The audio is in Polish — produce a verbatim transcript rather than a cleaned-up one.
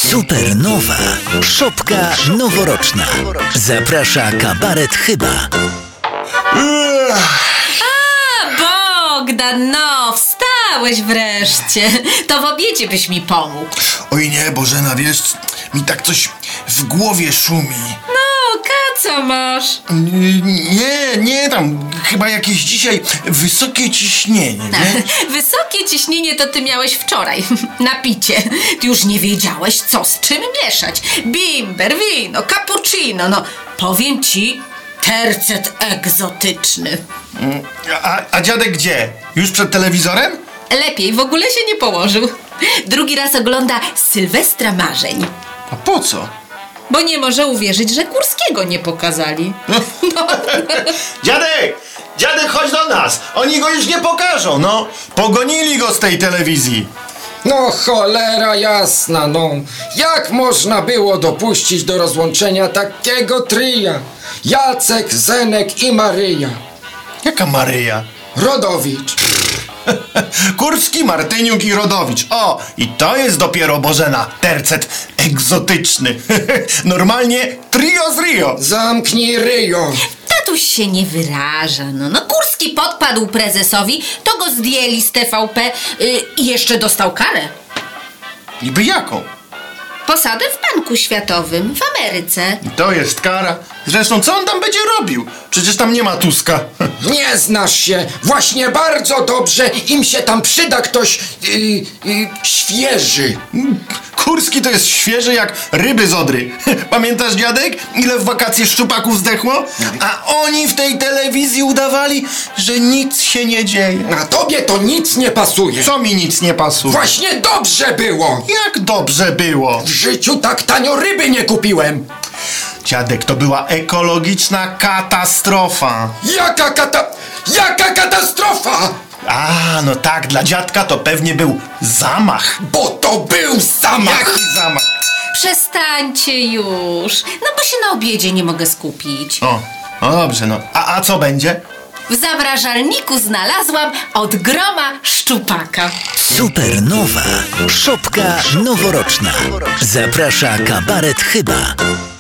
Supernowa. Szopka noworoczna. Zaprasza Kabaret Chyba. A, Bogdan, no, wstałeś wreszcie. To w obiedzie byś mi pomógł. Oj nie, Bożena, wiesz, mi tak coś w głowie szumi. No, Kaco masz. Nie, nie, tam chyba jakieś dzisiaj wysokie ciśnienie, nie? Wysokie ciśnienie to ty miałeś wczoraj, na picie. Ty już nie wiedziałeś, co z czym mieszać. Bimber, wino, cappuccino, no, powiem ci, tercet egzotyczny. A, a dziadek gdzie? Już przed telewizorem? Lepiej, w ogóle się nie położył. Drugi raz ogląda Sylwestra Marzeń. A po co? Bo nie może uwierzyć, że Kurskiego nie pokazali. No. Dziadek! Dziadek, chodź do nas! Oni go już nie pokażą, no! Pogonili go z tej telewizji! No cholera jasna, no. Jak można było dopuścić do rozłączenia takiego tria? Jacek, Zenek i Maryja. Jaka Maryja? Rodowicz. Kurski, Martyniuk i Rodowicz. O, i to jest dopiero, Bożena, tercet egzotyczny. Normalnie trio z Rio. Zamknij ryjo. Tatuś się nie wyraża, no. No Kurski podpadł prezesowi, to go zdjęli z T V P yy, i jeszcze dostał karę. Niby jaką? Posadę w Banku Światowym w Ameryce. I to jest kara. Zresztą co on tam będzie robił? Przecież tam nie ma Tuska. Nie znasz się. Właśnie bardzo dobrze im się tam przyda ktoś yy, yy, świeży. Kurski to jest świeży jak ryby z Odry. Pamiętasz, dziadek, ile w wakacje szczupaków zdechło? A oni w tej telewizji udawali, że nic się nie dzieje. Na tobie to nic nie pasuje. Co mi nic nie pasuje? Właśnie dobrze było. Jak dobrze było? W życiu tak tanio ryby nie kupiłem. Dziadek, to była ekologiczna katastrofa. Jaka kata... Jaka katastrofa! A, no tak, dla dziadka to pewnie był zamach. Bo to był zamach! Jaki zamach? Przestańcie już, no bo się na obiedzie nie mogę skupić. O, no dobrze, no. A, a co będzie? W zamrażalniku znalazłam od groma szczupaka. Supernowa. Szopka noworoczna. Zaprasza Kabaret Chyba.